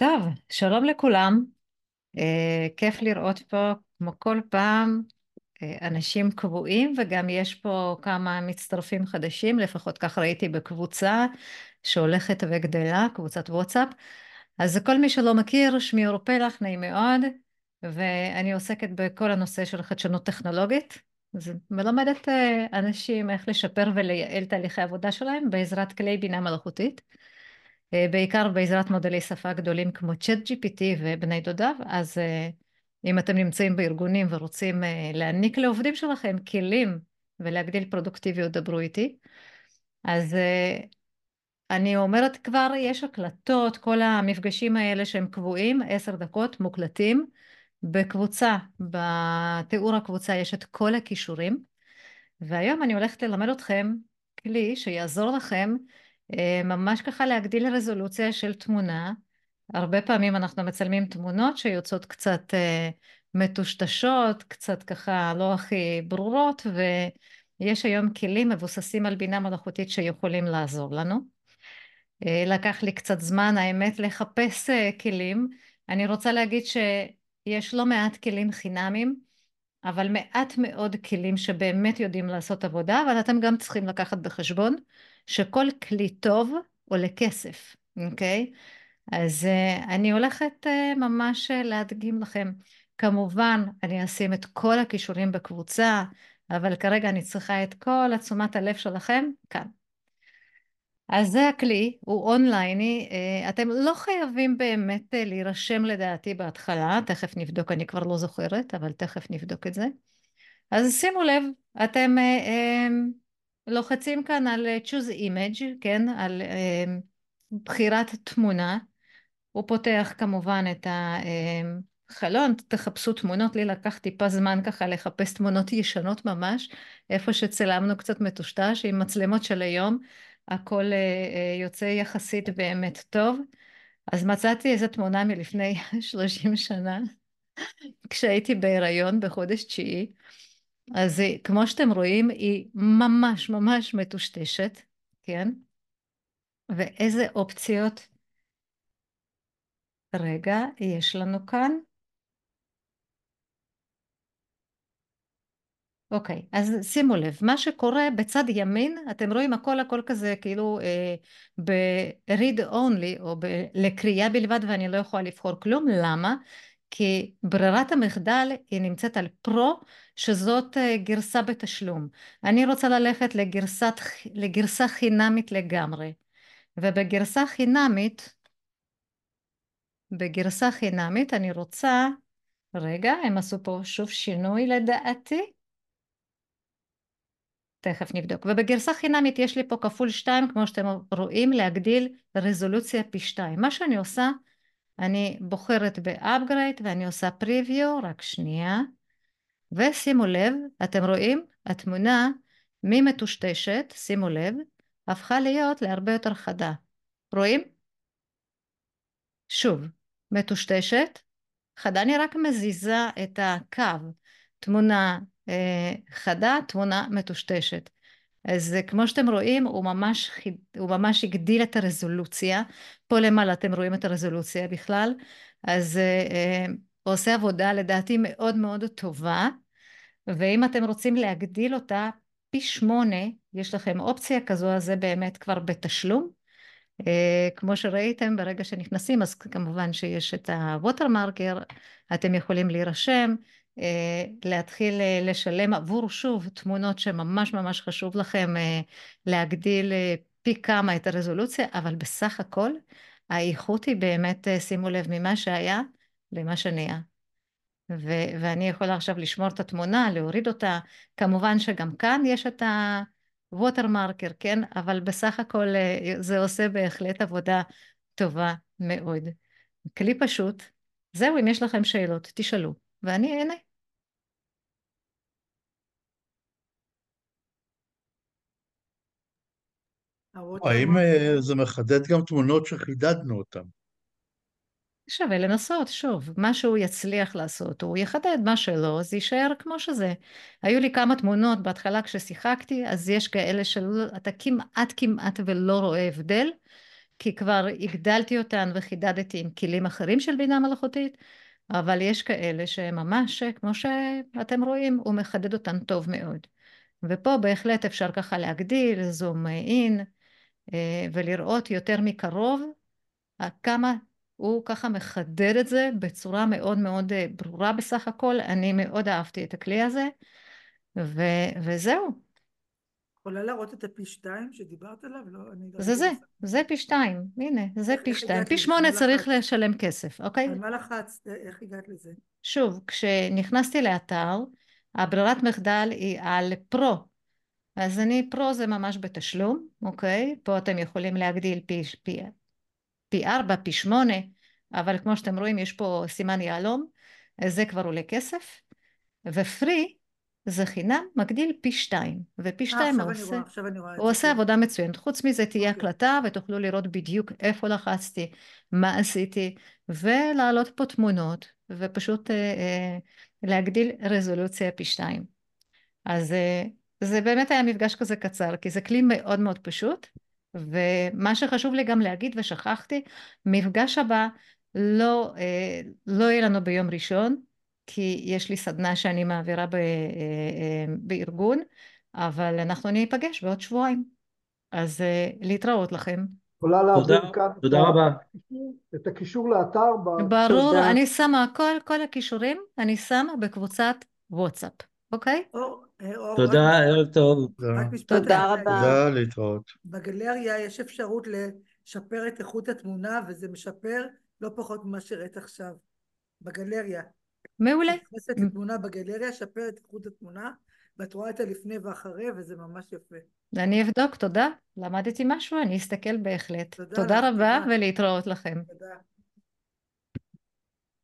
טוב, שלום לכולם. כיף לראות פה, כמו כל פעם, אנשים קבועים, וגם יש פה כמה מצטרפים חדשים, לפחות כך ראיתי בקבוצה שהולכת וגדלה, קבוצת וואטסאפ. אז כל מי שלא מכיר, שמי אור פלח, נעים מאוד, ואני עוסקת בכל הנושא של חדשנות טכנולוגית. אז מלמדת אנשים איך לשפר ולייעל תהליכי עבודה שלהם בעזרת כלי בינה מלאכותית. בעיקר בעזרת מודלי שפה גדולים כמו צ'אט GPT ובני דודיו. אז אם אתם נמצאים בארגונים ורוצים להעניק לעובדים שלכם כלים ולהגדיל פרודוקטיביות, דברו איתי. אז אני אומרת כבר, יש הקלטות, כל המפגשים האלה שהם קבועים, 10 דקות מוקלטים בקבוצה. בתיאור הקבוצה יש את כל הכישורים. והיום אני הולכת ללמד אתכם כלי שיעזור לכם ממש ככה להגדיל רזולוציה של תמונה. הרבה פעמים אנחנו מצלמים תמונות שיוצאות קצת מטושטשות, קצת ככה לא הכי ברורות, ויש היום כלים מבוססים על בינה מלאכותית שיכולים לעזור לנו. לקח לי קצת זמן, האמת, לחפש כלים. אני רוצה להגיד שיש לא מעט כלים חינמים, אבל מעט מאוד כלים שבאמת יודעים לעשות עבודה, אבל אתם גם צריכים לקחת בחשבון שכל כלי טוב עולה כסף, אוקיי? אז אני הולכת ממש להדגים לכם. כמובן, אני אשים את כל הכישורים בקבוצה, אבל כרגע אני צריכה את כל תשומת הלב שלכם כאן. אז זה הכלי, הוא אונלייני, אתם לא חייבים באמת להירשם לדעתי בהתחלה, תכף נבדוק, אני כבר לא זוכרת, אבל תכף נבדוק את זה. אז שימו לב, אתם לוחצים כאן על choose image, כן, על בחירת תמונה. הוא פותח כמובן את החלון, תחפשו תמונות, לי לקח טיפה זמן ככה לחפש תמונות ישנות ממש, איפה שצלמנו קצת מטושטש, עם מצלמות של היום, הכל יוצא יחסית באמת טוב. אז מצאתי איזו תמונה מלפני 30 שנה, כשהייתי בהיריון בחודש תשיעי. אז כמו שאתם רואים, היא ממש ממש מטושטשת, כן? ואיזה אופציות, רגע, יש לנו כאן. אוקיי, אז שימו לב, מה שקורה בצד ימין, אתם רואים הכל כזה כאילו ב-read only או לקריאה בלבד, ואני לא יכולה לבחור כלום. למה? כי ברירת המחדל היא נמצאת על פרו, שזאת גרסה בתשלום. אני רוצה ללכת לגרסה חינמית לגמרי, ובגרסה חינמית, בגרסה חינמית אני רוצה, רגע, הם עשו פה שוב שינוי לדעתי. תכף נבדוק. ובגרסה חינמית יש לי פה כפול 2, כמו שאתם רואים, להגדיל רזולוציה פי 2. מה שאני עושה, אני בוחרת ב-upgrade ואני עושה preview, רק שנייה. ושימו לב, אתם רואים, התמונה ממטושטשת, שימו לב, הפכה להיות להרבה יותר חדה. רואים? שוב, מטושטשת, חדה, אני רק מזיזה את הקו. תמונה חדה, תמונה מטושטשת. אז כמו שאתם רואים, הוא ממש הגדיל את הרזולוציה. פה למעלה אתם רואים את הרזולוציה בכלל. אז הוא עושה עבודה לדעתי מאוד מאוד טובה. ואם אתם רוצים להגדיל אותה פי 8, יש לכם אופציה כזו, אז זה באמת כבר בתשלום. כמו שראיתם, ברגע שנכנסים, אז כמובן שיש את הווטרמרקר, אתם יכולים להירשם, להתחיל לשלם עבור שוב תמונות שממש ממש חשוב לכם להגדיל פי כמה את הרזולוציה, אבל בסך הכל האיכות היא באמת, שימו לב, ממה שהיה למה שנהיה. ואני יכולה עכשיו לשמור את התמונה, להוריד אותה, כמובן שגם כאן יש את ווטרמרקר, כן? אבל בסך הכל זה עושה בהחלט עבודה טובה מאוד. כלי פשוט. זהו, אם יש לכם שאלות, תשאלו, ואני אענה. האם הווטרמרק. זה מחדד גם תמונות שחידדנו אותן? שווה לנסות, שוב, מה שהוא יצליח לעשות, הוא יחדד, מה שלא, אז יישאר כמו שזה. היו לי כמה תמונות בהתחלה כששיחקתי, אז יש כאלה שאתה כמעט ולא רואה הבדל, כי כבר הגדלתי אותן וחידדתי עם כלים אחרים של בינה מלאכותית, אבל יש כאלה שממש, כמו שאתם רואים, הוא מחדד אותן טוב מאוד. ופה בהחלט אפשר ככה להגדיל, זום אין, ולראות יותר מקרוב כמה הוא ככה מחדד את זה בצורה מאוד מאוד ברורה בסך הכל. אני מאוד אהבתי את הכלי הזה, וזהו. יכולה להראות את הפי 2 שדיברת עליו? לא, אני זה ראיתי זה, בסך. זה פי 2, הנה, זה פי איך 2, הגעת פי לזה? על 8 מה צריך לחצת? לשלם כסף, אוקיי? על מה לחצת? איך הגעת לזה? שוב, כשנכנסתי לאתר, הברירת מחדל היא על פרו, אז אני פרו זה ממש בתשלום, אוקיי? פה אתם יכולים להגדיל פי 4, פי 8, אבל כמו שאתם רואים יש פה סימן יהלום, זה כבר עולה כסף, ופרי זה חינם, מגדיל פי 2, ופי 2 עכשיו אני רואה את הוא זה, עושה כן. עבודה מצוינת. חוץ מזה תהיה אוקיי. הקלטה ותוכלו לראות בדיוק איפה לחצתי, מה עשיתי, ולהעלות פה תמונות, ופשוט להגדיל רזולוציה פי 2. אז זה באמת היה מפגש כזה קצר, כי זה כלי מאוד מאוד פשוט, ומה שחשוב לי גם להגיד ושכחתי, מפגש הבא לא יהיה לנו ביום ראשון, כי יש לי סדנה שאני מעבירה בארגון, אבל אנחנו ניפגש בעוד שבועיים, אז להתראות לכם. יכולה להעביר כאן תודה רבה. את הקישור לאתר ברור, תודה. אני שמה כל הכישורים, אני שמה בקבוצת וואטסאפ, אוקיי? אור, תודה, ערב טוב. רק משפט תודה אחד רבה. להגיד. תודה, להתראות. בגלריה יש אפשרות לשפר את איכות התמונה, וזה משפר לא פחות ממה שראית עכשיו. בגלריה. מעולה. נכנסת לתמונה בגלריה, שפר את איכות התמונה, ואת רואה את הלפני ואחרי, וזה ממש יפה. אני אבדוק, תודה. למדתי משהו, אני אסתכל בהחלט. תודה תודה לך, רבה תודה. ולהתראות לכם. תודה.